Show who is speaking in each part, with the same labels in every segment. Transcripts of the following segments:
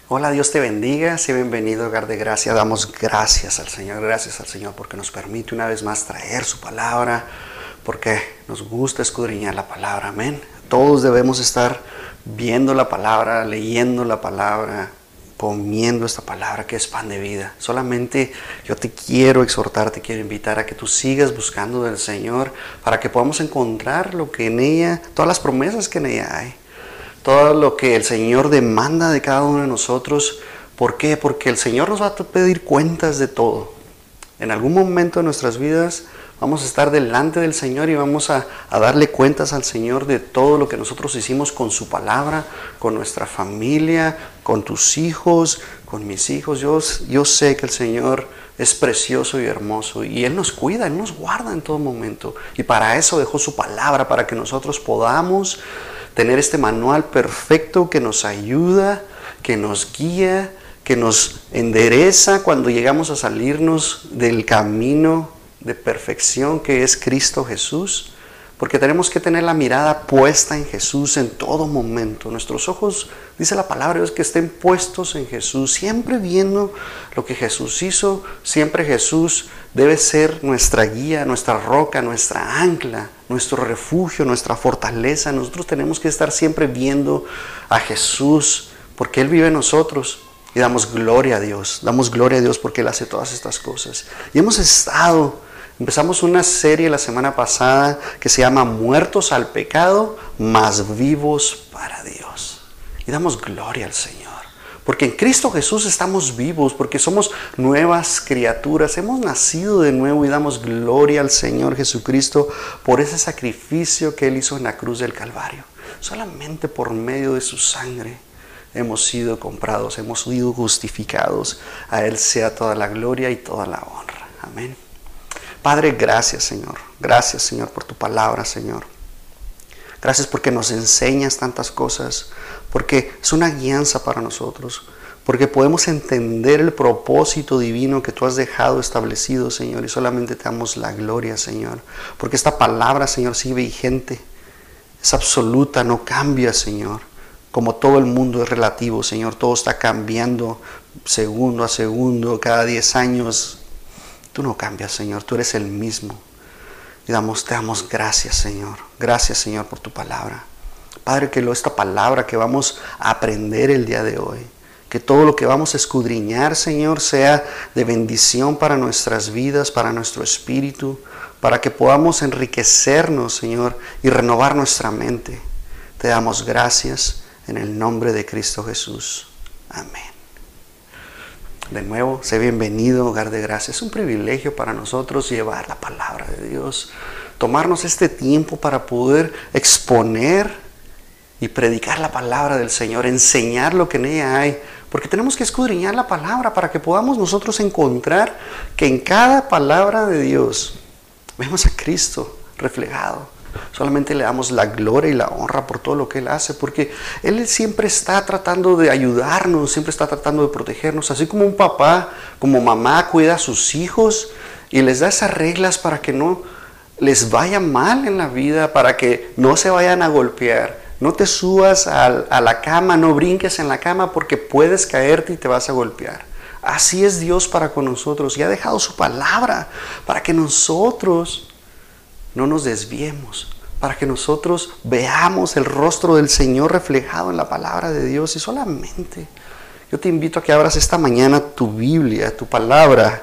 Speaker 1: Hola, Dios te bendiga, sea bienvenido a Hogar de Gracia. Damos gracias al Señor porque nos permite una vez más traer su palabra, porque nos gusta escudriñar la palabra, amén. Todos debemos estar viendo la palabra, leyendo la palabra, comiendo esta palabra que es pan de vida. Solamente yo te quiero exhortar, te quiero invitar a que tú sigas buscando del Señor para que podamos encontrar lo que en ella, todas las promesas que en ella hay. Todo lo que el Señor demanda de cada uno de nosotros. ¿Por qué? Porque el Señor nos va a pedir cuentas de todo. En algún momento de nuestras vidas vamos a estar delante del Señor y vamos a darle cuentas al Señor de todo lo que nosotros hicimos con su palabra, con nuestra familia, con tus hijos, con mis hijos. Yo sé que el Señor es precioso y hermoso y Él nos cuida, Él nos guarda en todo momento. Y para eso dejó su palabra, para que nosotros podamos tener este manual perfecto que nos ayuda, que nos guía, que nos endereza cuando llegamos a salirnos del camino de perfección que es Cristo Jesús. Porque tenemos que tener la mirada puesta en Jesús en todo momento. Nuestros ojos, dice la palabra, es que estén puestos en Jesús, siempre viendo lo que Jesús hizo. Siempre Jesús debe ser nuestra guía, nuestra roca, nuestra ancla, nuestro refugio, nuestra fortaleza. Nosotros tenemos que estar siempre viendo a Jesús, porque Él vive en nosotros. Y damos gloria a Dios porque Él hace todas estas cosas. Y empezamos una serie la semana pasada que se llama Muertos al pecado, mas vivos para Dios. Y damos gloria al Señor. Porque en Cristo Jesús estamos vivos, porque somos nuevas criaturas, hemos nacido de nuevo y damos gloria al Señor Jesucristo por ese sacrificio que Él hizo en la cruz del Calvario. Solamente por medio de su sangre hemos sido comprados, hemos sido justificados. A Él sea toda la gloria y toda la honra. Amén. Padre, gracias Señor por tu palabra, Señor. Gracias porque nos enseñas tantas cosas, porque es una guianza para nosotros, porque podemos entender el propósito divino que tú has dejado establecido, Señor, y solamente te damos la gloria, Señor, porque esta palabra, Señor, sigue vigente, es absoluta, no cambia, Señor. Como todo el mundo es relativo, Señor, todo está cambiando segundo a segundo, cada 10 años. Tú no cambias, Señor, tú eres el mismo. Y te damos gracias, Señor. Gracias, Señor, por tu palabra. Padre, que esta palabra que vamos a aprender el día de hoy, que todo lo que vamos a escudriñar, Señor, sea de bendición para nuestras vidas, para nuestro espíritu, para que podamos enriquecernos, Señor, y renovar nuestra mente. Te damos gracias en el nombre de Cristo Jesús. Amén. De nuevo, sé bienvenido, Hogar de Gracia. Es un privilegio para nosotros llevar la palabra de Dios, tomarnos este tiempo para poder exponer y predicar la palabra del Señor, enseñar lo que en ella hay, porque tenemos que escudriñar la palabra para que podamos nosotros encontrar que en cada palabra de Dios vemos a Cristo reflejado. Solamente le damos la gloria y la honra por todo lo que Él hace, porque Él siempre está tratando de ayudarnos, siempre está tratando de protegernos, así como un papá, como mamá cuida a sus hijos y les da esas reglas para que no les vaya mal en la vida, para que no se vayan a golpear. No te subas a la cama, no brinques en la cama porque puedes caerte y te vas a golpear. Así es Dios para con nosotros y ha dejado su palabra para que nosotros no nos desviemos, para que nosotros veamos el rostro del Señor reflejado en la palabra de Dios. Y solamente yo te invito a que abras esta mañana tu Biblia, tu palabra,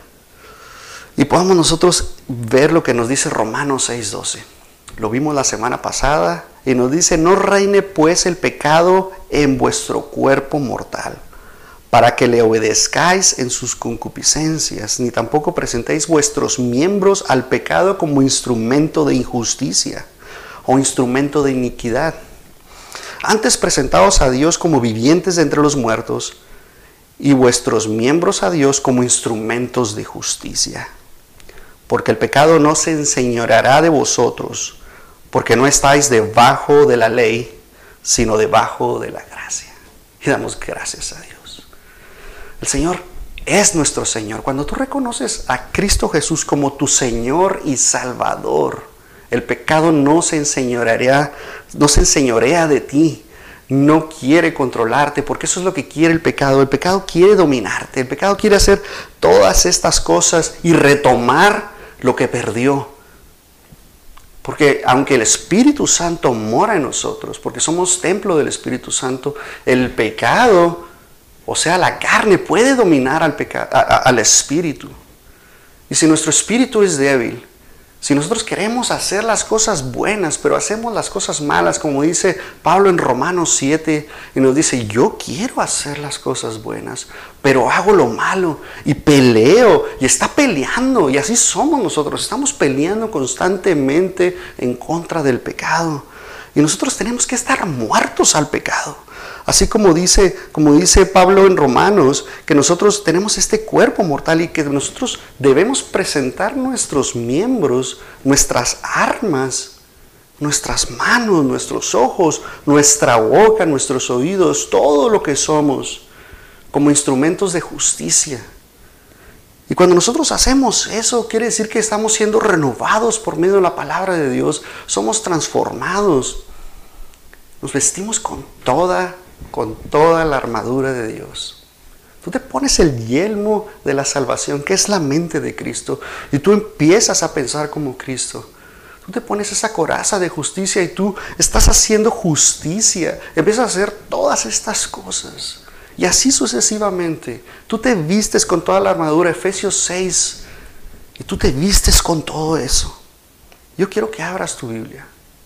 Speaker 1: y podamos nosotros ver lo que nos dice Romanos 6:12. Lo vimos la semana pasada y nos dice: no reine pues el pecado en vuestro cuerpo mortal, para que le obedezcáis en sus concupiscencias, ni tampoco presentéis vuestros miembros al pecado como instrumento de injusticia o instrumento de iniquidad. Antes presentaos a Dios como vivientes de entre los muertos y vuestros miembros a Dios como instrumentos de justicia. Porque el pecado no se enseñoreará de vosotros, porque no estáis debajo de la ley, sino debajo de la gracia. Y damos gracias a Dios. El Señor es nuestro Señor. Cuando tú reconoces a Cristo Jesús como tu Señor y Salvador, el pecado no se enseñorea de ti, no quiere controlarte, porque eso es lo que quiere el pecado. El pecado quiere dominarte, el pecado quiere hacer todas estas cosas y retomar lo que perdió. Porque aunque el Espíritu Santo mora en nosotros, porque somos templo del Espíritu Santo, el pecado, o sea, la carne puede dominar al espíritu. Y si nuestro espíritu es débil, si nosotros queremos hacer las cosas buenas, pero hacemos las cosas malas, como dice Pablo en Romanos 7, y nos dice, yo quiero hacer las cosas buenas, pero hago lo malo, y peleo, y está peleando, y así somos nosotros, estamos peleando constantemente en contra del pecado. Y nosotros tenemos que estar muertos al pecado. Así como dice Pablo en Romanos, que nosotros tenemos este cuerpo mortal y que nosotros debemos presentar nuestros miembros, nuestras armas, nuestras manos, nuestros ojos, nuestra boca, nuestros oídos, todo lo que somos, como instrumentos de justicia. Y cuando nosotros hacemos eso, quiere decir que estamos siendo renovados por medio de la palabra de Dios, somos transformados, nos vestimos con toda la armadura de Dios. Tú te pones el yelmo de la salvación, que es la mente de Cristo, y tú empiezas a pensar como Cristo. Tú te pones esa coraza de justicia y tú estás haciendo justicia, empiezas a hacer todas estas cosas. Y así sucesivamente. Tú te vistes con toda la armadura, Efesios 6, y tú te vistes con todo eso. Yo quiero que abras tu Biblia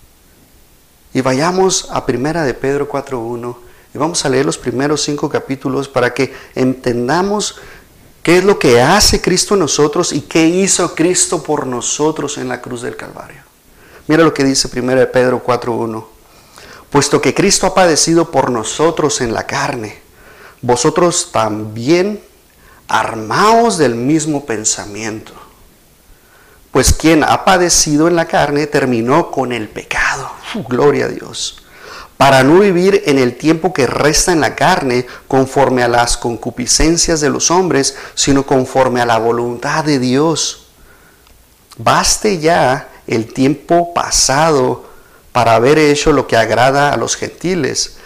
Speaker 1: y vayamos a 1 de Pedro 4:1 y vamos a leer los primeros 5 capítulos para que entendamos qué es lo que hace Cristo en nosotros y qué hizo Cristo por nosotros en la cruz del Calvario. Mira lo que dice 1 de Pedro 4:1. Puesto que Cristo ha padecido por nosotros en la carne, vosotros también armaos del mismo pensamiento. Pues quien ha padecido en la carne terminó con el pecado. Gloria a Dios. Para no vivir en el tiempo que resta en la carne conforme a las concupiscencias de los hombres, sino conforme a la voluntad de Dios. Baste ya el tiempo pasado para haber hecho lo que agrada a los gentiles,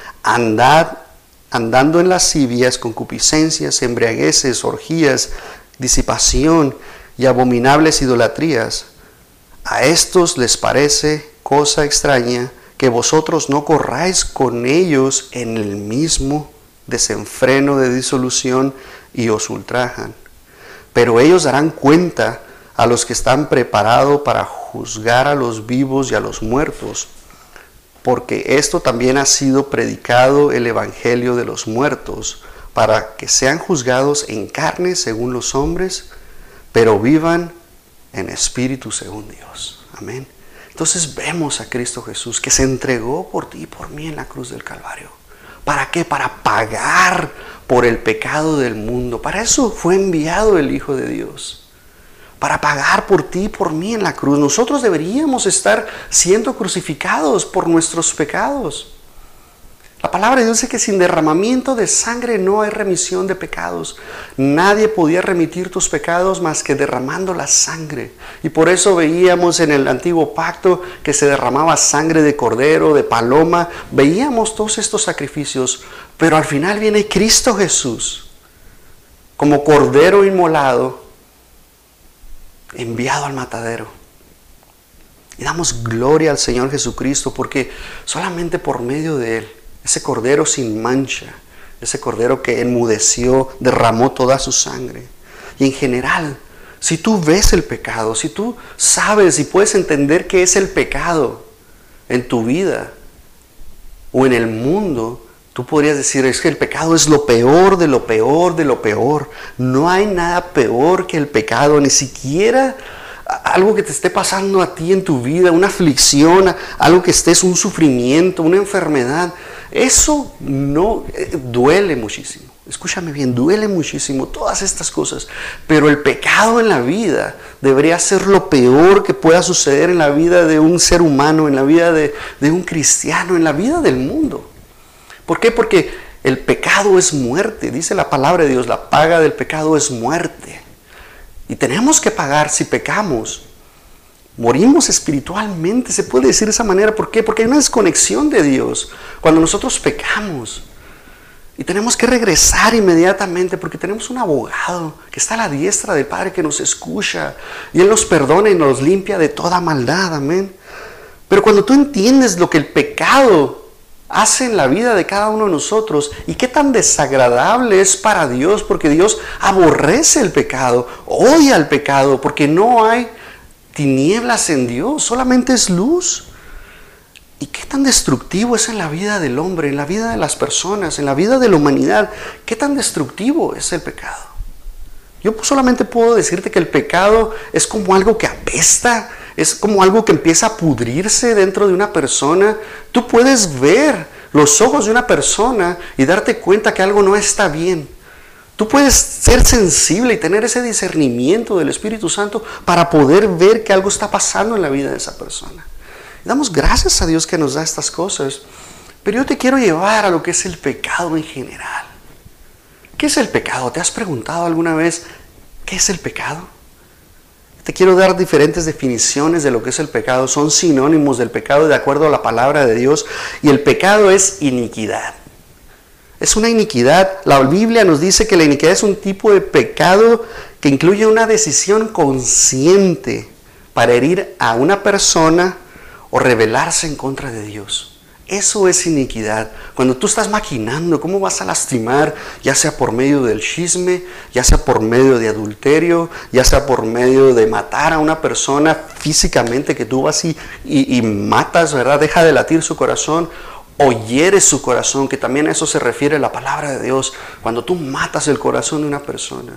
Speaker 1: andando en lascivias, concupiscencias, embriagueces, orgías, disipación y abominables idolatrías. A estos les parece cosa extraña que vosotros no corráis con ellos en el mismo desenfreno de disolución y os ultrajan. Pero ellos darán cuenta a los que están preparados para juzgar a los vivos y a los muertos, porque esto también ha sido predicado el evangelio de los muertos, para que sean juzgados en carne según los hombres, pero vivan en espíritu según Dios. Amén. Entonces vemos a Cristo Jesús que se entregó por ti y por mí en la cruz del Calvario. ¿Para qué? Para pagar por el pecado del mundo. Para eso fue enviado el Hijo de Dios. Para pagar por ti y por mí en la cruz. Nosotros deberíamos estar siendo crucificados por nuestros pecados. La palabra de Dios dice que sin derramamiento de sangre no hay remisión de pecados. Nadie podía remitir tus pecados más que derramando la sangre. Y por eso veíamos en el antiguo pacto que se derramaba sangre de cordero, de paloma. Veíamos todos estos sacrificios. Pero al final viene Cristo Jesús como cordero inmolado, enviado al matadero. Y damos gloria al Señor Jesucristo porque solamente por medio de Él, ese cordero sin mancha, ese cordero que enmudeció, derramó toda su sangre. Y en general, si tú ves el pecado, si tú sabes y puedes entender qué es el pecado en tu vida o en el mundo, tú podrías decir, es que el pecado es lo peor de lo peor de lo peor. No hay nada peor que el pecado, ni siquiera algo que te esté pasando a ti en tu vida, una aflicción, algo que estés, un sufrimiento, una enfermedad. Eso no duele muchísimo. Escúchame bien, duele muchísimo todas estas cosas. Pero el pecado en la vida debería ser lo peor que pueda suceder en la vida de un ser humano, en la vida de un cristiano, en la vida del mundo. ¿Por qué? Porque el pecado es muerte. Dice la palabra de Dios, la paga del pecado es muerte. Y tenemos que pagar si pecamos. morimos espiritualmente, se puede decir de esa manera. ¿Por qué? Porque hay una desconexión de Dios cuando nosotros pecamos. Y tenemos que regresar inmediatamente porque tenemos un abogado que está a la diestra del Padre que nos escucha. Y Él nos perdona y nos limpia de toda maldad. Amén. Pero cuando tú entiendes lo que el pecado hace en la vida de cada uno de nosotros y qué tan desagradable es para Dios, porque Dios aborrece el pecado, odia el pecado, porque no hay tinieblas en Dios, solamente es luz. ¿Y qué tan destructivo es en la vida del hombre, en la vida de las personas, en la vida de la humanidad? ¿Qué tan destructivo es el pecado? Yo solamente puedo decirte que el pecado es como algo que apesta, es como algo que empieza a pudrirse dentro de una persona. Tú puedes ver los ojos de una persona y darte cuenta que algo no está bien. Tú puedes ser sensible y tener ese discernimiento del Espíritu Santo para poder ver que algo está pasando en la vida de esa persona. Damos gracias a Dios que nos da estas cosas, pero yo te quiero llevar a lo que es el pecado en general. ¿Qué es el pecado? ¿Te has preguntado alguna vez qué es el pecado? Te quiero dar diferentes definiciones de lo que es el pecado. Son sinónimos del pecado de acuerdo a la palabra de Dios. Y el pecado es iniquidad. Es una iniquidad. La Biblia nos dice que la iniquidad es un tipo de pecado que incluye una decisión consciente para herir a una persona o rebelarse en contra de Dios. Eso es iniquidad. Cuando tú estás maquinando cómo vas a lastimar, ya sea por medio del chisme, ya sea por medio de adulterio, ya sea por medio de matar a una persona físicamente, que tú vas y matas, ¿verdad? Deja de latir su corazón o hieres su corazón, que también a eso se refiere la palabra de Dios. Cuando tú matas el corazón de una persona,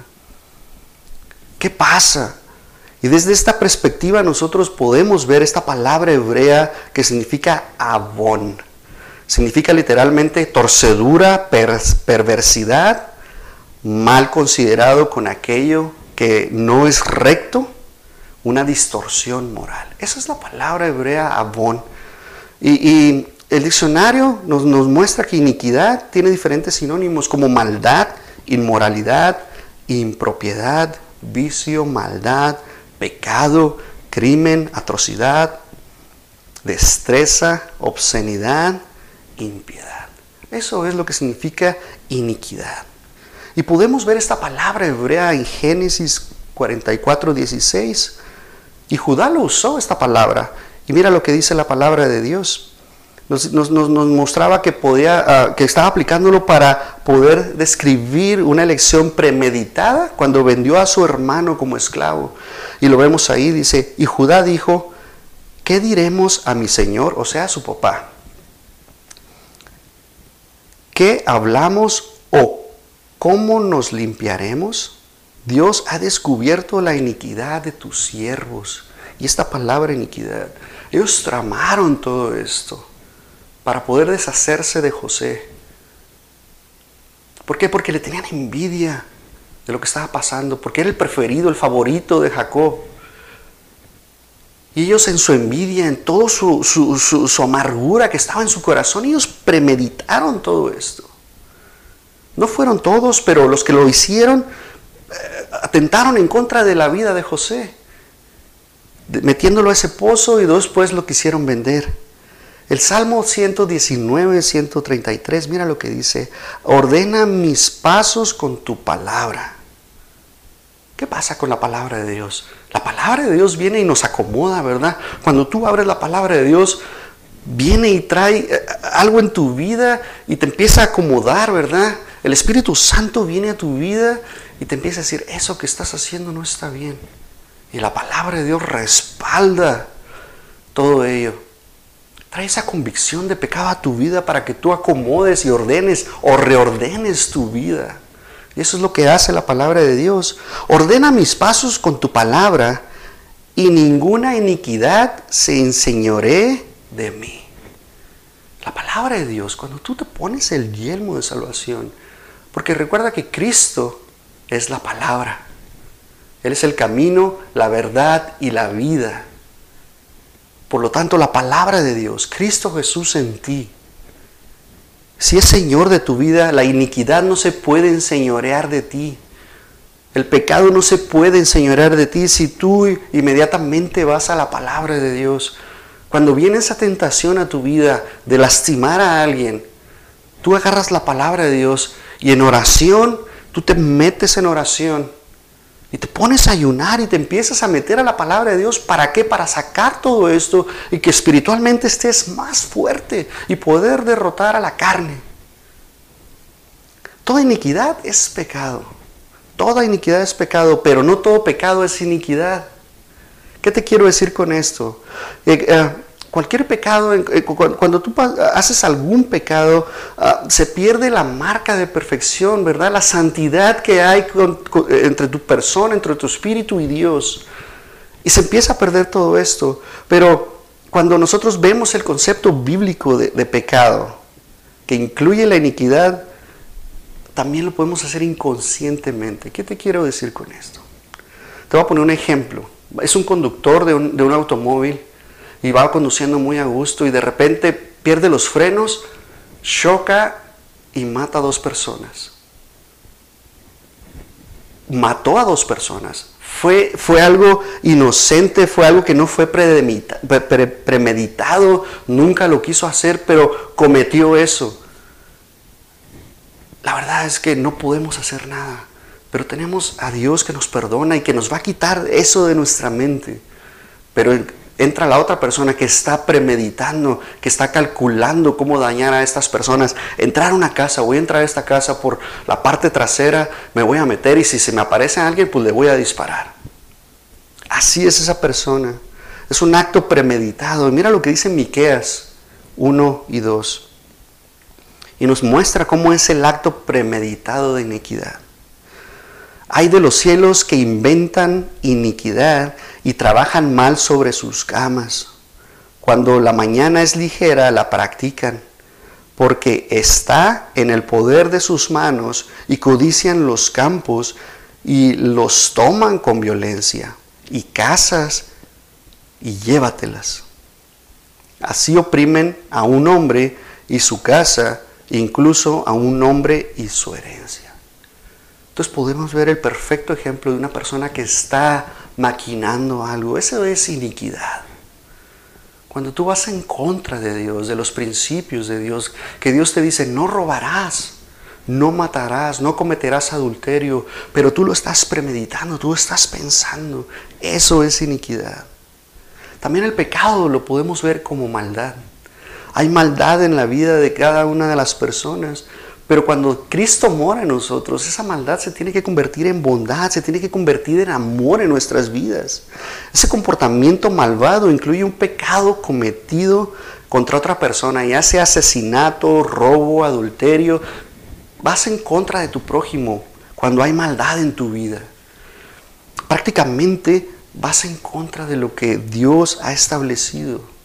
Speaker 1: ¿qué pasa? Y desde esta perspectiva nosotros podemos ver esta palabra hebrea que significa avón. Significa literalmente torcedura, perversidad, mal considerado con aquello que no es recto, una distorsión moral. Esa es la palabra hebrea avón. Y el diccionario nos muestra que iniquidad tiene diferentes sinónimos como maldad, inmoralidad, impropiedad, vicio, maldad, pecado, crimen, atrocidad, destreza, obscenidad, impiedad. Eso es lo que significa iniquidad. Y podemos ver esta palabra hebrea en Génesis 44:16. Y Judá lo usó esta palabra. Y mira lo que dice la palabra de Dios. Nos mostraba que que estaba aplicándolo para poder describir una elección premeditada cuando vendió a su hermano como esclavo. Y lo vemos ahí, dice, y Judá dijo, ¿qué diremos a mi señor? O sea, a su papá. ¿Qué hablamos o cómo nos limpiaremos? Dios ha descubierto la iniquidad de tus siervos. Y esta palabra iniquidad, ellos tramaron todo esto para poder deshacerse de José. ¿Por qué? Porque le tenían envidia de lo que estaba pasando, porque era el preferido, el favorito de Jacob. Y ellos en su envidia, en toda su amargura que estaba en su corazón, ellos premeditaron todo esto. No fueron todos, pero los que lo hicieron atentaron en contra de la vida de José, metiéndolo a ese pozo y después lo quisieron vender. El Salmo 119, 133, mira lo que dice, ordena mis pasos con tu palabra. ¿Qué pasa con la palabra de Dios? La palabra de Dios viene y nos acomoda, ¿verdad? Cuando tú abres la palabra de Dios, viene y trae algo en tu vida y te empieza a acomodar, ¿verdad? El Espíritu Santo viene a tu vida y te empieza a decir, eso que estás haciendo no está bien. Y la palabra de Dios respalda todo ello. Trae esa convicción de pecado a tu vida para que tú acomodes y ordenes o reordenes tu vida. Y eso es lo que hace la palabra de Dios. Ordena mis pasos con tu palabra y ninguna iniquidad se enseñoree de mí. La palabra de Dios, cuando tú te pones el yelmo de salvación, porque recuerda que Cristo es la palabra. Él es el camino, la verdad y la vida. Por lo tanto, la palabra de Dios, Cristo Jesús en ti, si es Señor de tu vida, la iniquidad no se puede enseñorear de ti. El pecado no se puede enseñorear de ti si tú inmediatamente vas a la palabra de Dios. Cuando viene esa tentación a tu vida de lastimar a alguien, tú agarras la palabra de Dios y en oración, tú te metes en oración y te pones a ayunar y te empiezas a meter a la palabra de Dios. ¿Para qué? Para sacar todo esto y que espiritualmente estés más fuerte y poder derrotar a la carne. Toda iniquidad es pecado. Toda iniquidad es pecado, pero no todo pecado es iniquidad. ¿Qué te quiero decir con esto? Cualquier pecado, cuando tú haces algún pecado, se pierde la marca de perfección, ¿verdad? La santidad que hay entre tu persona, entre tu espíritu y Dios. Y se empieza a perder todo esto. Pero cuando nosotros vemos el concepto bíblico de pecado, que incluye la iniquidad, también lo podemos hacer inconscientemente. ¿Qué te quiero decir con esto? Te voy a poner un ejemplo. Es un conductor de un automóvil y va conduciendo muy a gusto y de repente pierde los frenos, choca y mata a 2 personas. Mató a 2 personas. Fue algo inocente, fue algo que no fue premeditado, nunca lo quiso hacer, pero cometió eso. La verdad es que no podemos hacer nada, pero tenemos a Dios que nos perdona y que nos va a quitar eso de nuestra mente. Pero entra la otra persona que está premeditando, que está calculando cómo dañar a estas personas. Entrar a una casa, voy a entrar a esta casa por la parte trasera, me voy a meter y si se me aparece alguien, pues le voy a disparar. Así es esa persona. Es un acto premeditado. Y mira lo que dice Miqueas 1 y 2. Y nos muestra cómo es el acto premeditado de iniquidad. Hay de los cielos que inventan iniquidad y trabajan mal sobre sus camas. Cuando la mañana es ligera, la practican, porque está en el poder de sus manos y codician los campos y los toman con violencia y casas y llévatelas. Así oprimen a un hombre y su casa, incluso a un hombre y su herencia. Entonces podemos ver el perfecto ejemplo de una persona que está maquinando algo. Eso es iniquidad. Cuando tú vas en contra de Dios, de los principios de Dios, que Dios te dice, no robarás, no matarás, no cometerás adulterio, pero tú lo estás premeditando, tú lo estás pensando. Eso es iniquidad. También el pecado lo podemos ver como maldad. Hay maldad en la vida de cada una de las personas, pero cuando Cristo mora en nosotros, esa maldad se tiene que convertir en bondad, se tiene que convertir en amor en nuestras vidas. Ese comportamiento malvado incluye un pecado cometido contra otra persona, ya sea asesinato, robo, adulterio. Vas en contra de tu prójimo cuando hay maldad en tu vida. Prácticamente vas en contra de lo que Dios ha establecido.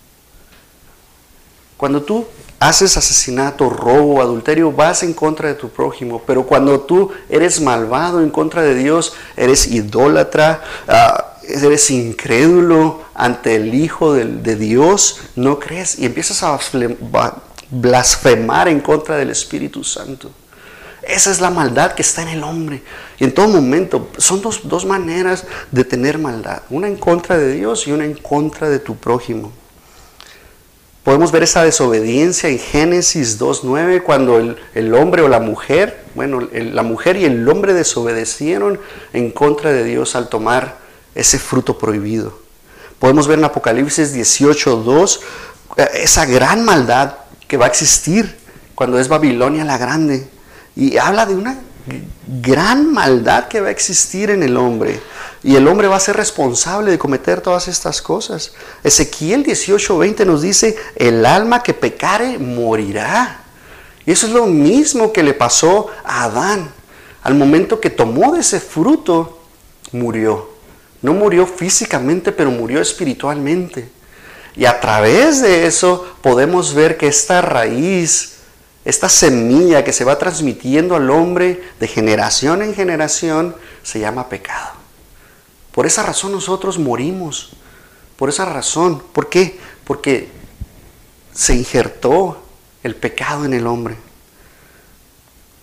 Speaker 1: Cuando tú haces asesinato, robo, adulterio, vas en contra de tu prójimo. Pero cuando tú eres malvado en contra de Dios, eres idólatra, eres incrédulo ante el Hijo de Dios, no crees y empiezas a blasfemar en contra del Espíritu Santo. Esa es la maldad que está en el hombre. Y en todo momento son dos maneras de tener maldad. Una en contra de Dios y una en contra de tu prójimo. Podemos ver esa desobediencia en Génesis 2:9 cuando el hombre o la mujer, la mujer y el hombre desobedecieron en contra de Dios al tomar ese fruto prohibido. Podemos ver en Apocalipsis 18:2 esa gran maldad que va a existir cuando es Babilonia la Grande. Y habla de una gran maldad que va a existir en el hombre. Y el hombre va a ser responsable de cometer todas estas cosas. Ezequiel 18:20 nos dice, el alma que pecare morirá. Y eso es lo mismo que le pasó a Adán. Al momento que tomó de ese fruto, murió. No murió físicamente, pero murió espiritualmente. Y a través de eso podemos ver que esta raíz, esta semilla que se va transmitiendo al hombre de generación en generación, se llama pecado. Por esa razón nosotros morimos. Por esa razón. ¿Por qué? Porque se injertó el pecado en el hombre.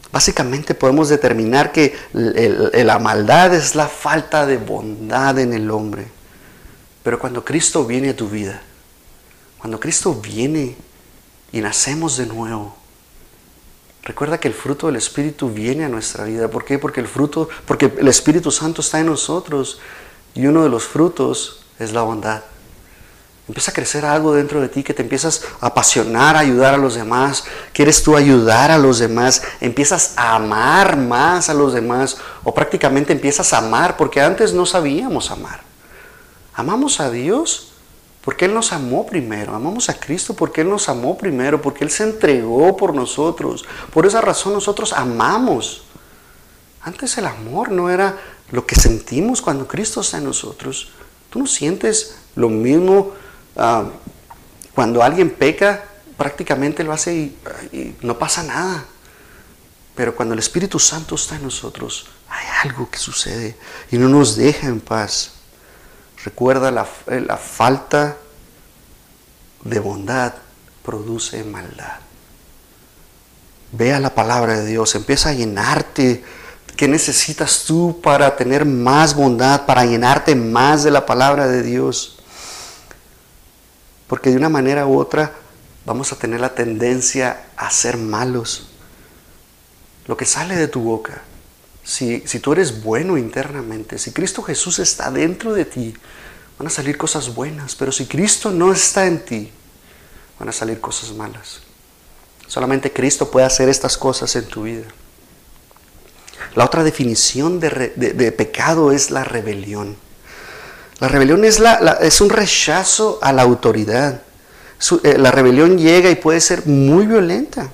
Speaker 1: Básicamente podemos determinar que la maldad es la falta de bondad en el hombre. Pero cuando Cristo viene a tu vida, cuando Cristo viene y nacemos de nuevo, recuerda que el fruto del Espíritu viene a nuestra vida. ¿Por qué? Porque el Espíritu Santo está en nosotros y uno de los frutos es la bondad. Empieza a crecer algo dentro de ti que te empiezas a apasionar, a ayudar a los demás. ¿Quieres tú ayudar a los demás? Empiezas a amar más a los demás, o prácticamente empiezas a amar porque antes no sabíamos amar. Amamos a Dios porque Él nos amó primero. Amamos a Cristo porque Él nos amó primero, porque Él se entregó por nosotros. Por esa razón nosotros amamos. Antes el amor no era lo que sentimos cuando Cristo está en nosotros. Tú no sientes lo mismo. Cuando alguien peca, prácticamente lo hace y no pasa nada. Pero cuando el Espíritu Santo está en nosotros, hay algo que sucede y no nos deja en paz. Recuerda, la falta de bondad produce maldad. Vea la palabra de Dios, empieza a llenarte. ¿Qué necesitas tú para tener más bondad, para llenarte más de la palabra de Dios? Porque de una manera u otra vamos a tener la tendencia a ser malos. Lo que sale de tu boca, si tú eres bueno internamente, si Cristo Jesús está dentro de ti, van a salir cosas buenas. Pero si Cristo no está en ti, van a salir cosas malas. Solamente Cristo puede hacer estas cosas en tu vida. La otra definición de pecado es la rebelión. La rebelión es un rechazo a la autoridad. La rebelión llega y puede ser muy violenta.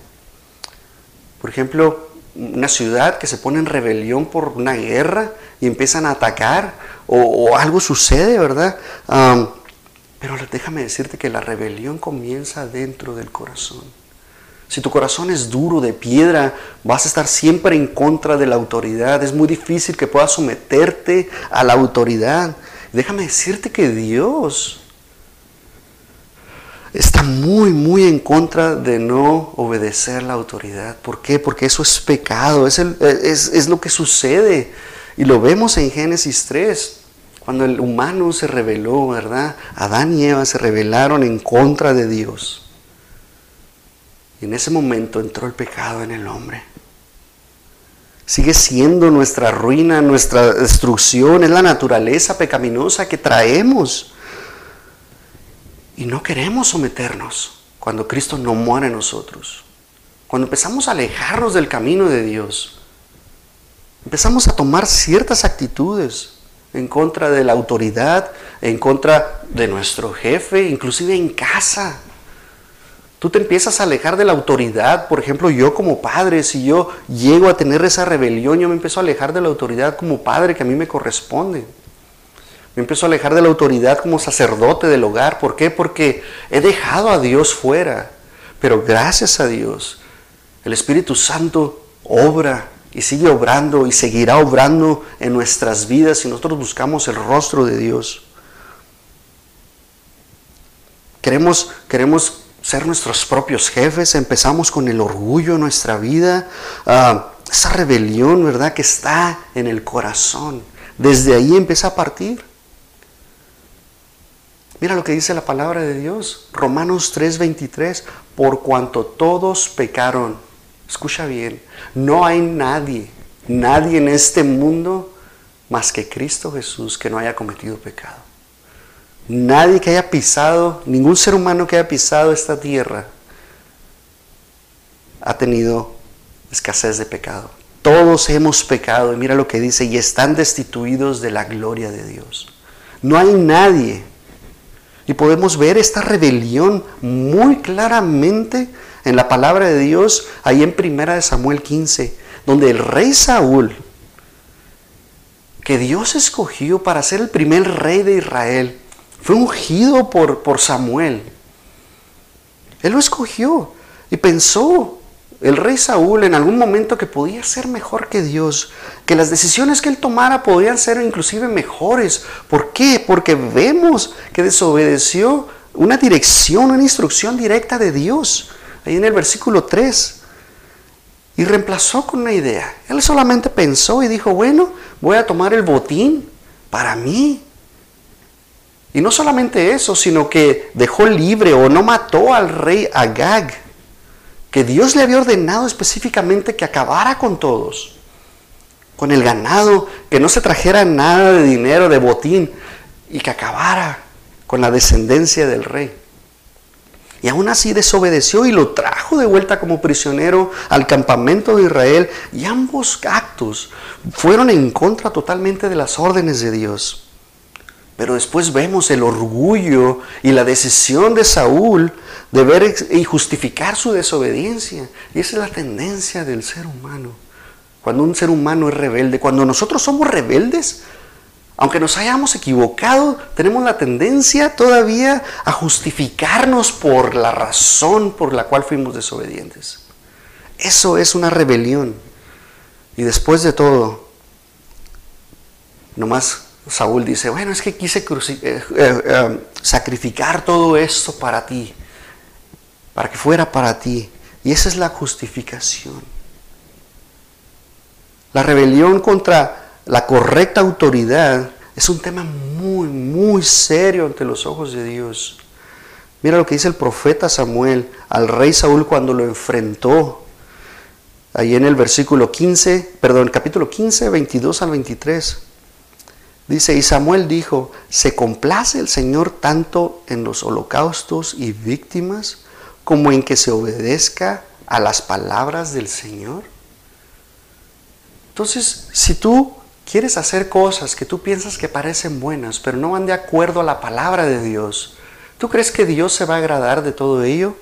Speaker 1: Por ejemplo, una ciudad que se pone en rebelión por una guerra y empiezan a atacar o algo sucede, ¿verdad? Pero déjame decirte que la rebelión comienza dentro del corazón. Si tu corazón es duro, de piedra, vas a estar siempre en contra de la autoridad. Es muy difícil que puedas someterte a la autoridad. Déjame decirte que Dios está muy en contra de no obedecer la autoridad. ¿Por qué? Porque eso es pecado, es lo que sucede. Y lo vemos en Génesis 3, cuando el humano se rebeló, ¿verdad? Adán y Eva se rebelaron en contra de Dios. Y en ese momento entró el pecado en el hombre. Sigue siendo nuestra ruina, nuestra destrucción, es la naturaleza pecaminosa que traemos. Y no queremos someternos cuando Cristo no muere en nosotros. Cuando empezamos a alejarnos del camino de Dios, empezamos a tomar ciertas actitudes en contra de la autoridad, en contra de nuestro jefe, inclusive en casa. Tú te empiezas a alejar de la autoridad. Por ejemplo, yo como padre, si yo llego a tener esa rebelión, yo me empiezo a alejar de la autoridad como padre que a mí me corresponde. Me empiezo a alejar de la autoridad como sacerdote del hogar. ¿Por qué? Porque he dejado a Dios fuera. Pero gracias a Dios, el Espíritu Santo obra y sigue obrando y seguirá obrando en nuestras vidas si nosotros buscamos el rostro de Dios. Queremos ser nuestros propios jefes, empezamos con el orgullo en nuestra vida, esa rebelión, ¿verdad?, que está en el corazón. Desde ahí empieza a partir. Mira lo que dice la palabra de Dios, Romanos 3:23, por cuanto todos pecaron. Escucha bien, no hay nadie en este mundo más que Cristo Jesús que no haya cometido pecado. Nadie que haya pisado, ningún ser humano que haya pisado esta tierra ha tenido escasez de pecado. Todos hemos pecado, y mira lo que dice, y están destituidos de la gloria de Dios. No hay nadie. Y podemos ver esta rebelión muy claramente en la palabra de Dios, ahí en 1 Samuel 15, donde el rey Saúl, que Dios escogió para ser el primer rey de Israel, fue ungido por Samuel. Él lo escogió y pensó el rey Saúl en algún momento que podía ser mejor que Dios, que las decisiones que él tomara podían ser inclusive mejores. ¿Por qué? Porque vemos que desobedeció una dirección, una instrucción directa de Dios, ahí en el versículo 3. y reemplazó con una idea. Él solamente pensó y dijo, bueno, voy a tomar el botín para mí. Y no solamente eso, sino que dejó libre o no mató al rey Agag, que Dios le había ordenado específicamente que acabara con todos, con el ganado, que no se trajera nada de dinero, de botín, y que acabara con la descendencia del rey. Y aún así desobedeció y lo trajo de vuelta como prisionero al campamento de Israel. Y ambos actos fueron en contra totalmente de las órdenes de Dios. Pero después vemos el orgullo y la decisión de Saúl de ver y justificar su desobediencia. Y esa es la tendencia del ser humano. Cuando un ser humano es rebelde, cuando nosotros somos rebeldes, aunque nos hayamos equivocado, tenemos la tendencia todavía a justificarnos por la razón por la cual fuimos desobedientes. Eso es una rebelión. Y después de todo, nomás Saúl dice, bueno, es que quise sacrificar todo esto para ti, para que fuera para ti. Y esa es la justificación. La rebelión contra la correcta autoridad es un tema muy, muy serio ante los ojos de Dios. Mira lo que dice el profeta Samuel al rey Saúl cuando lo enfrentó. Ahí en el capítulo 15, 22 al 23. Dice, y Samuel dijo, ¿se complace el Señor tanto en los holocaustos y víctimas como en que se obedezca a las palabras del Señor? Entonces, si tú quieres hacer cosas que tú piensas que parecen buenas, pero no van de acuerdo a la palabra de Dios, ¿tú crees que Dios se va a agradar de todo ello?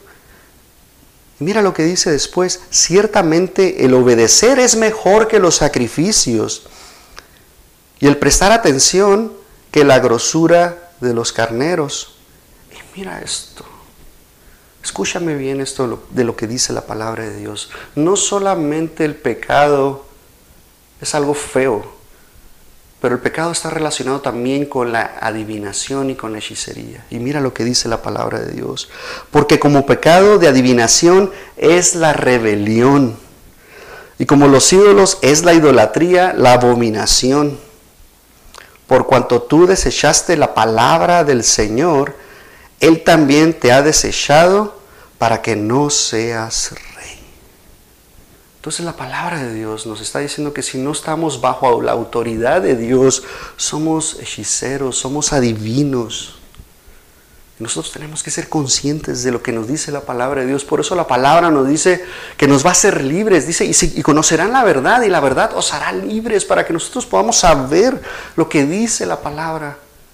Speaker 1: Y mira lo que dice después, ciertamente el obedecer es mejor que los sacrificios y el prestar atención que la grosura de los carneros. Y mira esto, escúchame bien esto de lo que dice la palabra de Dios. No solamente el pecado es algo feo, pero el pecado está relacionado también con la adivinación y con la hechicería. Y mira lo que dice la palabra de Dios. Porque como pecado de adivinación es la rebelión. Y como los ídolos es la idolatría, la abominación. Por cuanto tú desechaste la palabra del Señor, Él también te ha desechado para que no seas rey. Entonces la palabra de Dios nos está diciendo que si no estamos bajo la autoridad de Dios, somos hechiceros, somos adivinos. Nosotros tenemos que ser conscientes de lo que nos dice la palabra de Dios. Por eso la palabra nos dice que nos va a hacer libres. Dice, y conocerán la verdad, y la verdad os hará libres, para que nosotros podamos saber lo que dice la palabra.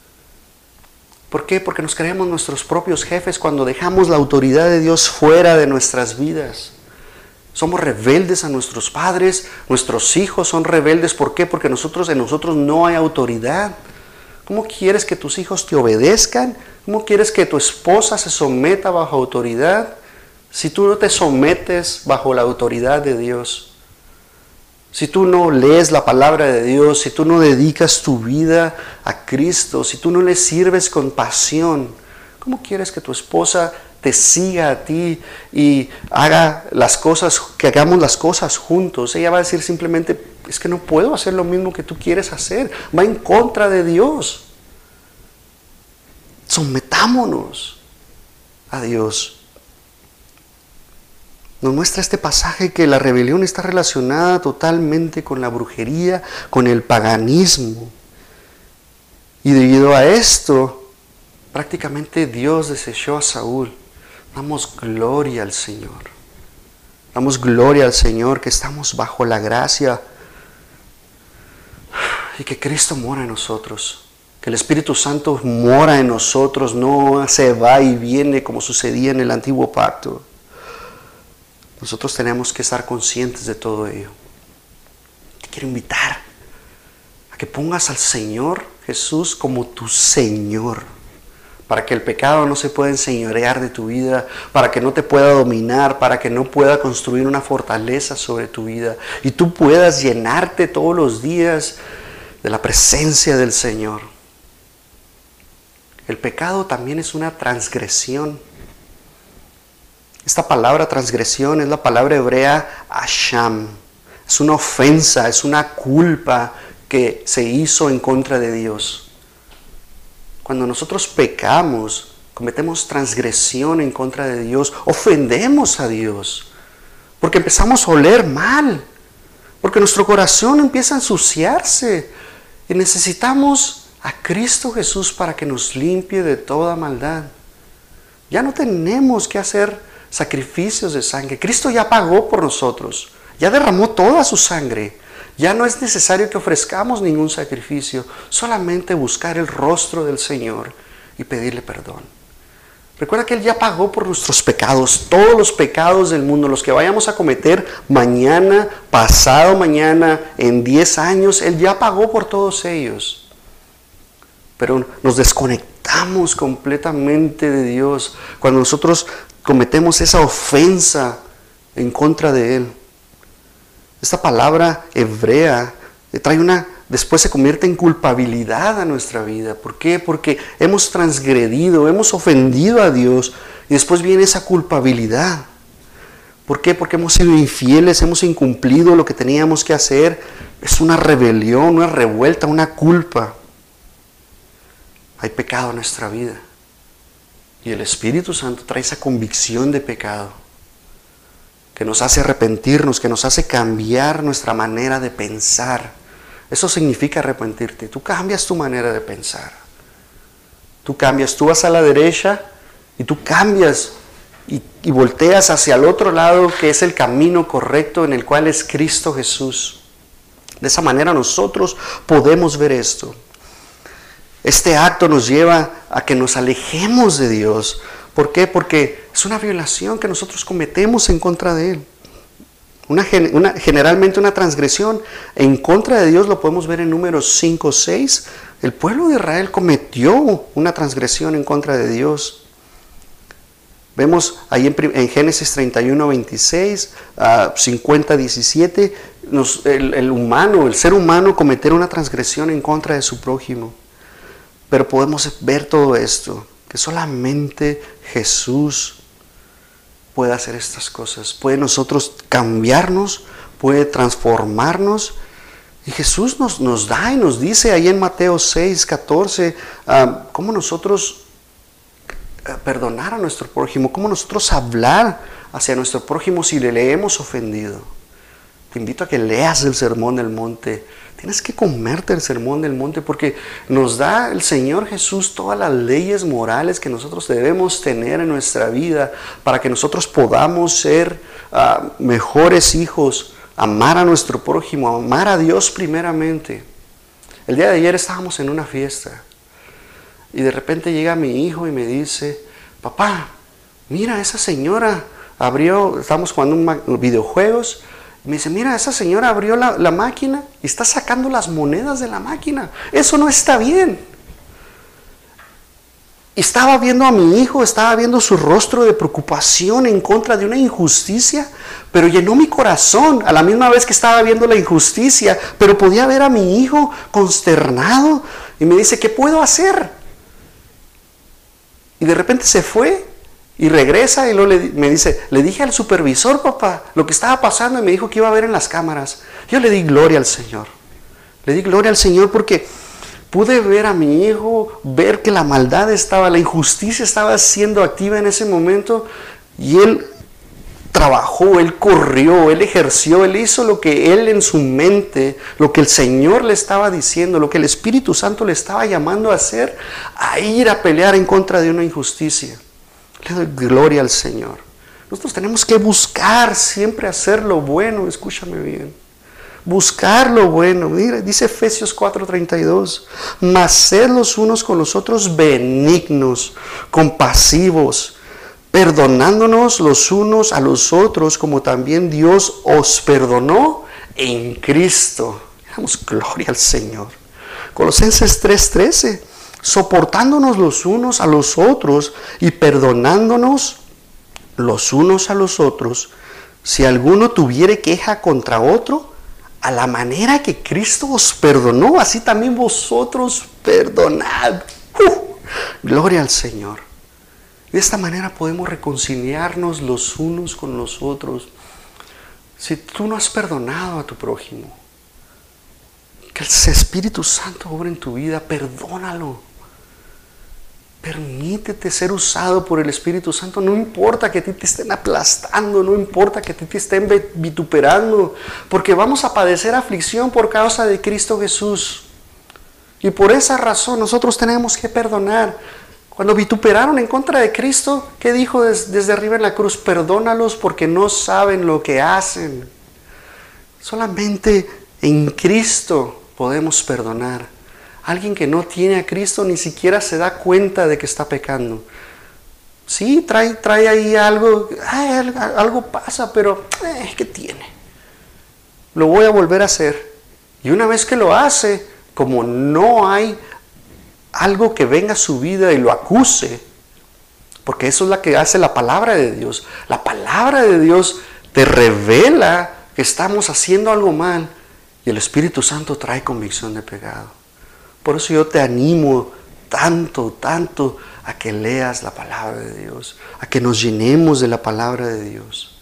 Speaker 1: ¿Por qué? Porque nos creemos nuestros propios jefes cuando dejamos la autoridad de Dios fuera de nuestras vidas. Somos rebeldes a nuestros padres, nuestros hijos son rebeldes. ¿Por qué? Porque en nosotros no hay autoridad. ¿Cómo quieres que tus hijos te obedezcan? ¿Cómo quieres que tu esposa se someta bajo autoridad si tú no te sometes bajo la autoridad de Dios? Si tú no lees la palabra de Dios, si tú no dedicas tu vida a Cristo, si tú no le sirves con pasión, ¿cómo quieres que tu esposa te siga a ti y haga las cosas, que hagamos las cosas juntos? Ella va a decir simplemente, es que no puedo hacer lo mismo que tú quieres hacer. Va en contra de Dios. Sometámonos a Dios. Nos muestra este pasaje que la rebelión está relacionada totalmente con la brujería, con el paganismo. Y debido a esto, prácticamente Dios desechó a Saúl. Damos gloria al Señor. Damos gloria al Señor que estamos bajo la gracia y que Cristo mora en nosotros. Que el Espíritu Santo mora en nosotros, no se va y viene como sucedía en el antiguo pacto. Nosotros tenemos que estar conscientes de todo ello. Te quiero invitar a que pongas al Señor Jesús como tu Señor, para que el pecado no se pueda enseñorear de tu vida, para que no te pueda dominar, para que no pueda construir una fortaleza sobre tu vida y tú puedas llenarte todos los días de la presencia del Señor. El pecado también es una transgresión. Esta palabra transgresión es la palabra hebrea asham. Es una ofensa, es una culpa que se hizo en contra de Dios. Cuando nosotros pecamos, cometemos transgresión en contra de Dios, ofendemos a Dios, porque empezamos a oler mal, porque nuestro corazón empieza a ensuciarse y necesitamos a Cristo Jesús para que nos limpie de toda maldad. Ya no tenemos que hacer sacrificios de sangre. Cristo ya pagó por nosotros, ya derramó toda su sangre. Ya no es necesario que ofrezcamos ningún sacrificio, solamente buscar el rostro del Señor y pedirle perdón. Recuerda que Él ya pagó por nuestros pecados, todos los pecados del mundo, los que vayamos a cometer mañana, pasado mañana, en 10 años, Él ya pagó por todos ellos. Pero nos desconectamos completamente de Dios cuando nosotros cometemos esa ofensa en contra de Él. Esta palabra hebrea después se convierte en culpabilidad a nuestra vida. ¿Por qué? Porque hemos transgredido, hemos ofendido a Dios y después viene esa culpabilidad. ¿Por qué? Porque hemos sido infieles, hemos incumplido lo que teníamos que hacer. Es una rebelión, una revuelta, una culpa. Hay pecado en nuestra vida y el Espíritu Santo trae esa convicción de pecado que nos hace arrepentirnos, que nos hace cambiar nuestra manera de pensar. Eso significa arrepentirte. Tú cambias tu manera de pensar. Tú cambias, tú vas a la derecha y tú cambias y volteas hacia el otro lado, que es el camino correcto en el cual es Cristo Jesús. De esa manera nosotros podemos ver esto. Este acto nos lleva a que nos alejemos de Dios. ¿Por qué? Porque es una violación que nosotros cometemos en contra de Él. Generalmente una transgresión en contra de Dios lo podemos ver en Números 5, 6. El pueblo de Israel cometió una transgresión en contra de Dios. Vemos ahí en Génesis 31, 26, 50, 17, el ser humano cometer una transgresión en contra de su prójimo. Pero podemos ver todo esto, que solamente Jesús puede hacer estas cosas, puede nosotros cambiarnos, puede transformarnos. Y Jesús nos da y nos dice ahí en Mateo 6, 14, cómo nosotros perdonar a nuestro prójimo, cómo nosotros hablar hacia nuestro prójimo si le hemos ofendido. Te invito a que leas el Sermón del Monte. Tienes que comerte el Sermón del Monte porque nos da el Señor Jesús todas las leyes morales que nosotros debemos tener en nuestra vida para que nosotros podamos ser mejores hijos, amar a nuestro prójimo, amar a Dios primeramente. El día de ayer estábamos en una fiesta y de repente llega mi hijo y me dice: papá, mira, esa señora estábamos jugando videojuegos. Me dice: mira, esa señora abrió la máquina y está sacando las monedas de la máquina. Eso no está bien. Y estaba viendo a mi hijo, estaba viendo su rostro de preocupación en contra de una injusticia, pero llenó mi corazón a la misma vez que estaba viendo la injusticia, pero podía ver a mi hijo consternado y me dice: ¿qué puedo hacer? Y de repente se fue. Y regresa y luego me dice: le dije al supervisor, papá, lo que estaba pasando, y me dijo que iba a ver en las cámaras. Yo le di gloria al Señor. Le di gloria al Señor porque pude ver a mi hijo, ver que la maldad la injusticia estaba siendo activa en ese momento. Y él trabajó, él corrió, él ejerció, él hizo lo que él en su mente, lo que el Señor le estaba diciendo, lo que el Espíritu Santo le estaba llamando a hacer, a ir a pelear en contra de una injusticia. Le doy gloria al Señor. Nosotros tenemos que buscar siempre hacer lo bueno. Escúchame bien. Buscar lo bueno. Mira, dice Efesios 4:32. Mas sed los unos con los otros benignos, compasivos, perdonándonos los unos a los otros, como también Dios os perdonó en Cristo. Damos gloria al Señor. Colosenses 3:13. Soportándonos los unos a los otros y perdonándonos los unos a los otros, si alguno tuviere queja contra otro, a la manera que Cristo os perdonó, así también vosotros perdonad. Gloria al Señor. De esta manera podemos reconciliarnos los unos con los otros. Si tú no has perdonado a tu prójimo, que el Espíritu Santo obre en tu vida, perdónalo. Permítete ser usado por el Espíritu Santo. No importa que a ti te estén aplastando, no importa que a ti te estén vituperando, porque vamos a padecer aflicción por causa de Cristo Jesús. Y por esa razón nosotros tenemos que perdonar. Cuando vituperaron en contra de Cristo, ¿qué dijo desde arriba en la cruz? Perdónalos porque no saben lo que hacen. Solamente en Cristo podemos perdonar. Alguien que no tiene a Cristo ni siquiera se da cuenta de que está pecando. Sí, trae ahí algo, algo pasa, pero ¿qué tiene? Lo voy a volver a hacer. Y una vez que lo hace, como no hay algo que venga a su vida y lo acuse, porque eso es lo que hace la palabra de Dios. La palabra de Dios te revela que estamos haciendo algo mal y el Espíritu Santo trae convicción de pecado. Por eso yo te animo tanto a que leas la palabra de Dios, a que nos llenemos de la palabra de Dios.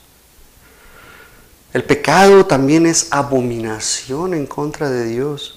Speaker 1: El pecado también es abominación en contra de Dios.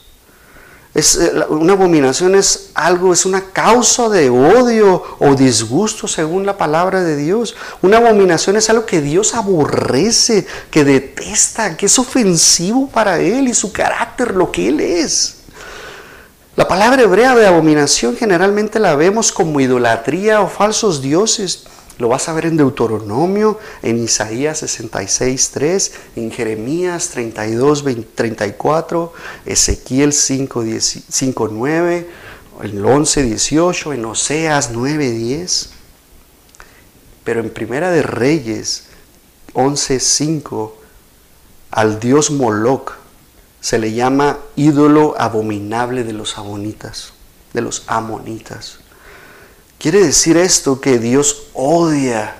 Speaker 1: Una abominación es una causa de odio o disgusto según la palabra de Dios. Una abominación es algo que Dios aborrece, que detesta, que es ofensivo para Él y su carácter, lo que Él es. La palabra hebrea de abominación generalmente la vemos como idolatría o falsos dioses. Lo vas a ver en Deuteronomio, en Isaías 66:3, en Jeremías 32:34, Ezequiel 5:9, en 11:18, en Oseas 9:10. Pero en Primera de Reyes 11:5, al dios Moloc se le llama ídolo abominable de los amonitas. Quiere decir esto que Dios odia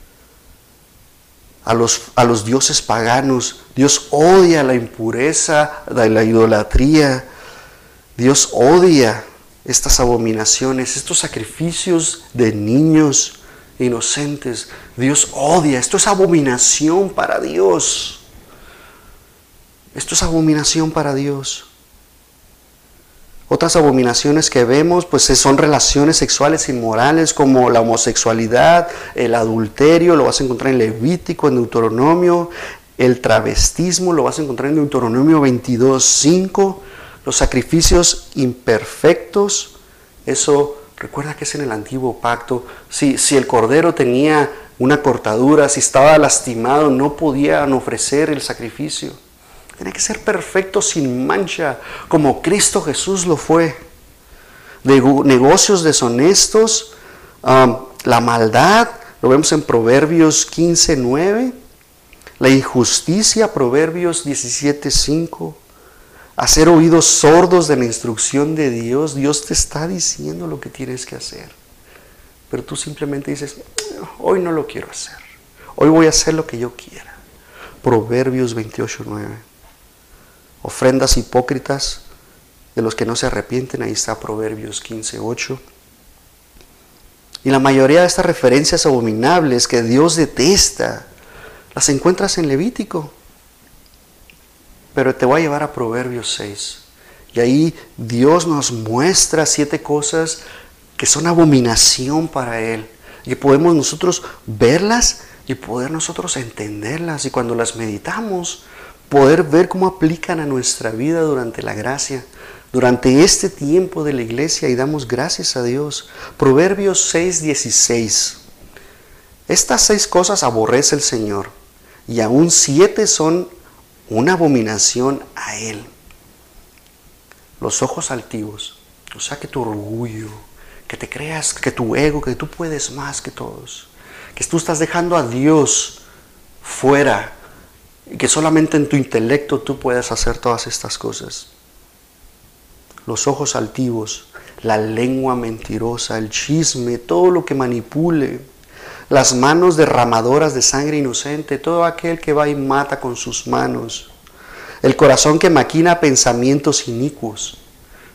Speaker 1: a los dioses paganos. Dios odia la impureza, la idolatría. Dios odia estas abominaciones, estos sacrificios de niños inocentes. Dios odia. Esto es abominación para Dios. Esto es abominación para Dios. Otras abominaciones que vemos pues son relaciones sexuales inmorales como la homosexualidad, el adulterio, lo vas a encontrar en Levítico, en Deuteronomio, el travestismo, lo vas a encontrar en Deuteronomio 22:5, los sacrificios imperfectos, eso recuerda que es en el antiguo pacto. Si el cordero tenía una cortadura, si estaba lastimado, no podían ofrecer el sacrificio. Tiene que ser perfecto, sin mancha, como Cristo Jesús lo fue. De negocios deshonestos, la maldad, lo vemos en Proverbios 15:9. La injusticia, Proverbios 17:5. Hacer oídos sordos de la instrucción de Dios. Dios te está diciendo lo que tienes que hacer. Pero tú simplemente dices, hoy no lo quiero hacer. Hoy voy a hacer lo que yo quiera. Proverbios 28:9. Ofrendas hipócritas de los que no se arrepienten, ahí está Proverbios 15:8. Y la mayoría de estas referencias abominables que Dios detesta, las encuentras en Levítico. Pero te voy a llevar a Proverbios 6. Y ahí Dios nos muestra 7 cosas que son abominación para Él. Y podemos nosotros verlas y poder nosotros entenderlas. Y cuando las meditamos, poder ver cómo aplican a nuestra vida durante la gracia, durante este tiempo de la iglesia, y damos gracias a Dios. Proverbios 6:16. Estas 6 cosas aborrece el Señor, y aún 7 son una abominación a Él. Los ojos altivos, o sea que tu orgullo, que te creas, que tu ego, que tú puedes más que todos, que tú estás dejando a Dios fuera, y que solamente en tu intelecto tú puedes hacer todas estas cosas. Los ojos altivos, la lengua mentirosa, el chisme, todo lo que manipule, las manos derramadoras de sangre inocente, todo aquel que va y mata con sus manos, el corazón que maquina pensamientos inicuos,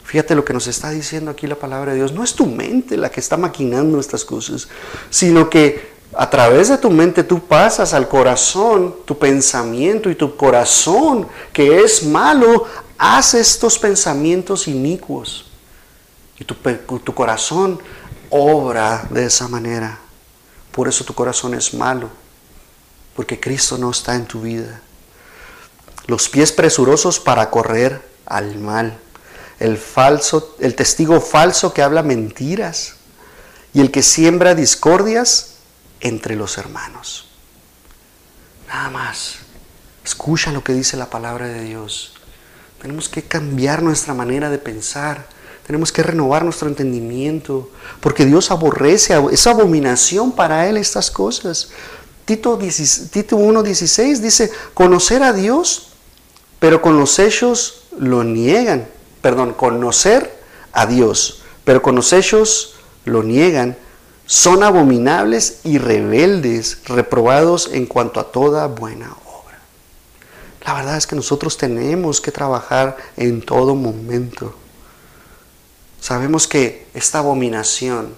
Speaker 1: Fíjate lo que nos está diciendo aquí la palabra de Dios. No es tu mente la que está maquinando estas cosas, sino que a través de tu mente tú pasas al corazón, tu pensamiento, y tu corazón, que es malo, hace estos pensamientos inicuos. Y tu corazón obra de esa manera. Por eso tu corazón es malo, porque Cristo no está en tu vida. Los pies presurosos para correr al mal. El testigo falso que habla mentiras. Y el que siembra discordias entre los hermanos. Nada más. Escucha lo que dice la palabra de Dios. Tenemos que cambiar nuestra manera de pensar. Tenemos que renovar nuestro entendimiento. Porque Dios aborrece, es abominación para Él estas cosas. Tito 1:16 dice, conocer a Dios, pero con los hechos lo niegan. Conocer a Dios, pero con los hechos lo niegan. Son abominables y rebeldes, reprobados en cuanto a toda buena obra. La verdad es que nosotros tenemos que trabajar en todo momento. Sabemos que esta abominación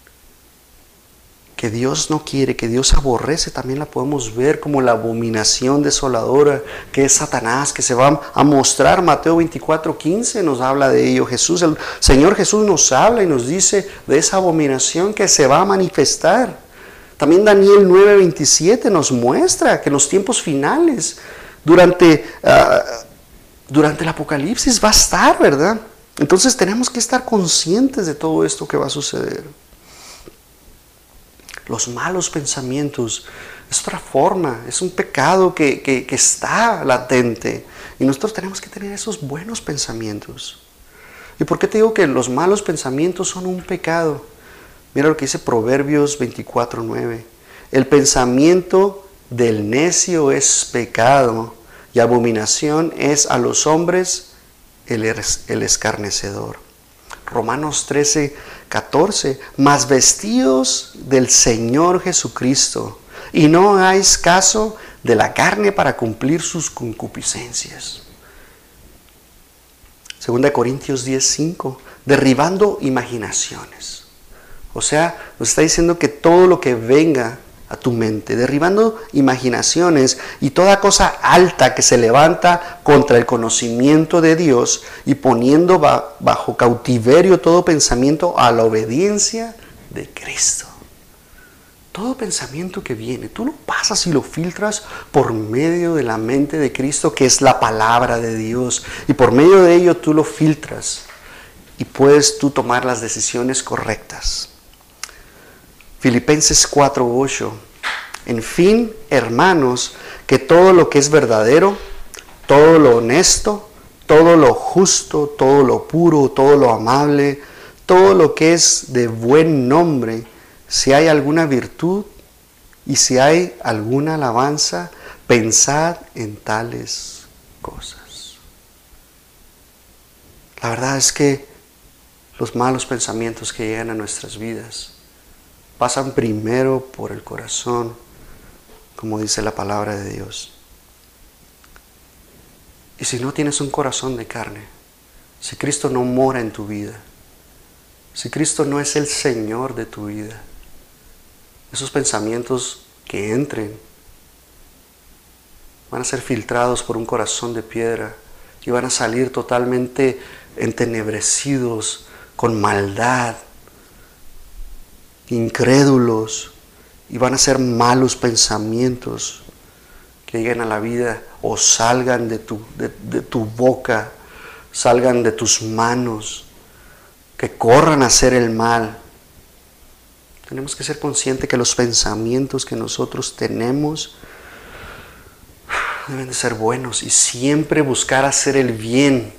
Speaker 1: que Dios no quiere, que Dios aborrece, también la podemos ver como la abominación desoladora que es Satanás, que se va a mostrar. Mateo 24:15 nos habla de ello. El Señor Jesús nos habla y nos dice de esa abominación que se va a manifestar. También Daniel 9:27 nos muestra que en los tiempos finales, durante el Apocalipsis va a estar, ¿verdad? Entonces tenemos que estar conscientes de todo esto que va a suceder. Los malos pensamientos es otra forma, es un pecado que está latente. Y nosotros tenemos que tener esos buenos pensamientos. ¿Y por qué te digo que los malos pensamientos son un pecado? Mira lo que dice Proverbios 24:9. El pensamiento del necio es pecado, y abominación es a los hombres el escarnecedor. Romanos 13:14, mas vestíos del Señor Jesucristo, y no hagáis caso de la carne para cumplir sus concupiscencias. 2 Corintios 10:5, derribando imaginaciones. O sea, nos está diciendo que todo lo que venga a tu mente, derribando imaginaciones y toda cosa alta que se levanta contra el conocimiento de Dios, y poniendo bajo cautiverio todo pensamiento a la obediencia de Cristo. Todo pensamiento que viene, tú lo pasas y lo filtras por medio de la mente de Cristo, que es la palabra de Dios, y por medio de ello tú lo filtras y puedes tú tomar las decisiones correctas. Filipenses 4:8. En fin, hermanos, que todo lo que es verdadero, todo lo honesto, todo lo justo, todo lo puro, todo lo amable, todo lo que es de buen nombre, si hay alguna virtud y si hay alguna alabanza, pensad en tales cosas. La verdad es que los malos pensamientos que llegan a nuestras vidas pasan primero por el corazón, como dice la palabra de Dios. Y si no tienes un corazón de carne, si Cristo no mora en tu vida, si Cristo no es el Señor de tu vida, esos pensamientos que entren van a ser filtrados por un corazón de piedra y van a salir totalmente entenebrecidos, con maldad, incrédulos, y van a ser malos pensamientos que lleguen a la vida o salgan de tu boca, salgan de tus manos, que corran a hacer el mal. Tenemos que ser conscientes que los pensamientos que nosotros tenemos deben de ser buenos y siempre buscar hacer el bien.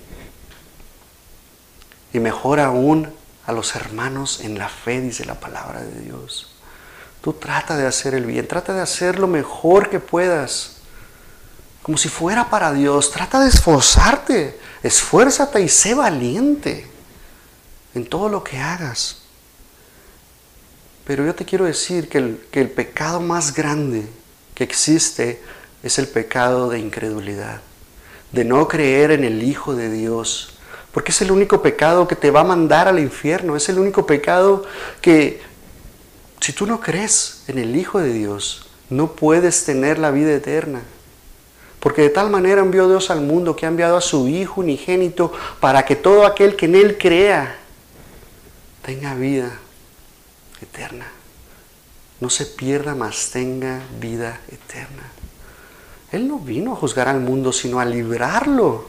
Speaker 1: Y mejor aún a los hermanos en la fe, dice la palabra de Dios. Tú trata de hacer el bien, trata de hacer lo mejor que puedas, como si fuera para Dios. Trata de esforzarte, esfuérzate y sé valiente en todo lo que hagas. Pero yo te quiero decir que el pecado más grande que existe es el pecado de incredulidad, de no creer en el Hijo de Dios. Porque es el único pecado que te va a mandar al infierno. Es el único pecado que, si tú no crees en el Hijo de Dios, no puedes tener la vida eterna. Porque de tal manera envió Dios al mundo que ha enviado a su Hijo unigénito para que todo aquel que en Él crea tenga vida eterna. No se pierda, mas tenga vida eterna. Él no vino a juzgar al mundo, sino a librarlo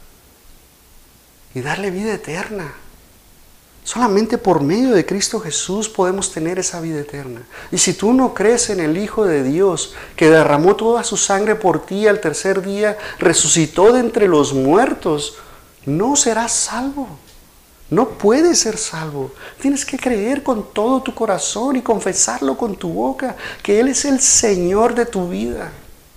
Speaker 1: y darle vida eterna. Solamente por medio de Cristo Jesús podemos tener esa vida eterna. Y si tú no crees en el Hijo de Dios, que derramó toda su sangre por ti al tercer día, resucitó de entre los muertos, no serás salvo. No puedes ser salvo. Tienes que creer con todo tu corazón y confesarlo con tu boca, que Él es el Señor de tu vida.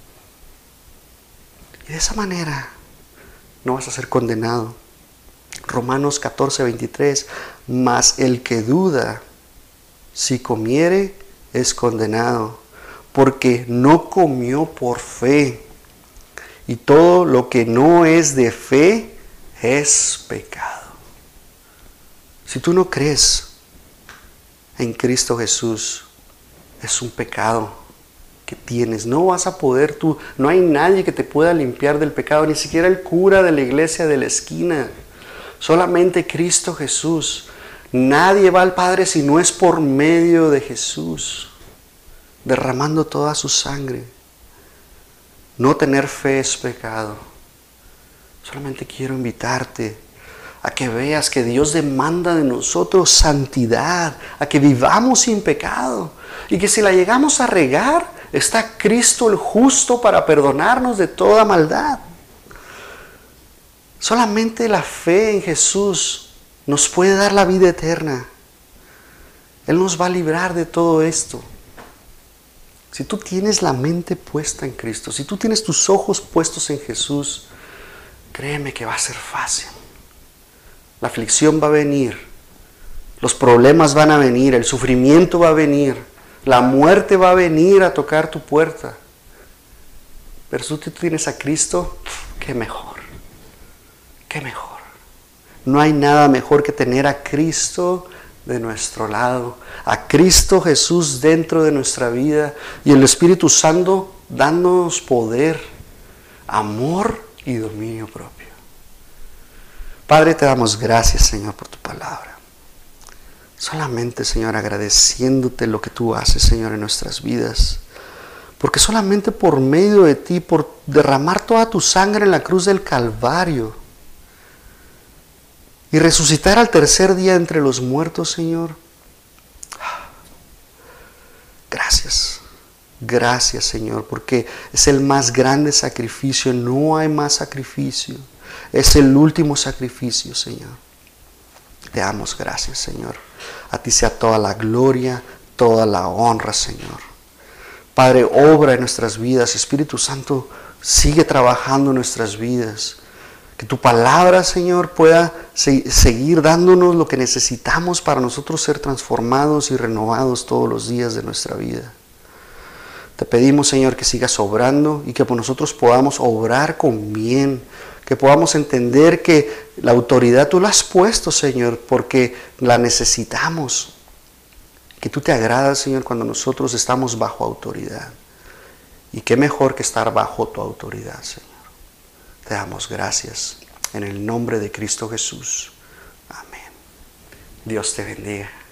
Speaker 1: Y de esa manera no vas a ser condenado. Romanos 14:23, mas el que duda, si comiere, es condenado, porque no comió por fe. Y todo lo que no es de fe es pecado. Si tú no crees en Cristo Jesús, es un pecado que tienes. No vas a poder tú, no hay nadie que te pueda limpiar del pecado, ni siquiera el cura de la iglesia de la esquina. Solamente Cristo Jesús. Nadie va al Padre si no es por medio de Jesús, derramando toda su sangre. No tener fe es pecado. Solamente quiero invitarte a que veas que Dios demanda de nosotros santidad, a que vivamos sin pecado, y que si la llegamos a regar, está Cristo el justo para perdonarnos de toda maldad. Solamente la fe en Jesús nos puede dar la vida eterna. Él nos va a librar de todo esto. Si tú tienes la mente puesta en Cristo, si tú tienes tus ojos puestos en Jesús, créeme que va a ser fácil. La aflicción va a venir, los problemas van a venir, el sufrimiento va a venir, la muerte va a venir a tocar tu puerta. Pero si tú tienes a Cristo, qué mejor. Qué mejor. No hay nada mejor que tener a Cristo de nuestro lado, a Cristo Jesús dentro de nuestra vida y el Espíritu Santo dándonos poder, amor y dominio propio. Padre, te damos gracias, Señor, por tu palabra. Solamente, Señor, agradeciéndote lo que tú haces, Señor, en nuestras vidas. Porque solamente por medio de ti, por derramar toda tu sangre en la cruz del Calvario, y resucitar al tercer día entre los muertos, Señor. Gracias. Gracias, Señor, porque es el más grande sacrificio. No hay más sacrificio. Es el último sacrificio, Señor. Te damos gracias, Señor. A ti sea toda la gloria, toda la honra, Señor. Padre, obra en nuestras vidas. Espíritu Santo, sigue trabajando en nuestras vidas. Que tu palabra, Señor, pueda seguir dándonos lo que necesitamos para nosotros ser transformados y renovados todos los días de nuestra vida. Te pedimos, Señor, que sigas obrando y que nosotros podamos obrar con bien, que podamos entender que la autoridad tú la has puesto, Señor, porque la necesitamos. Que tú te agradas, Señor, cuando nosotros estamos bajo autoridad. Y qué mejor que estar bajo tu autoridad, Señor. Te damos gracias en el nombre de Cristo Jesús. Amén. Dios te bendiga.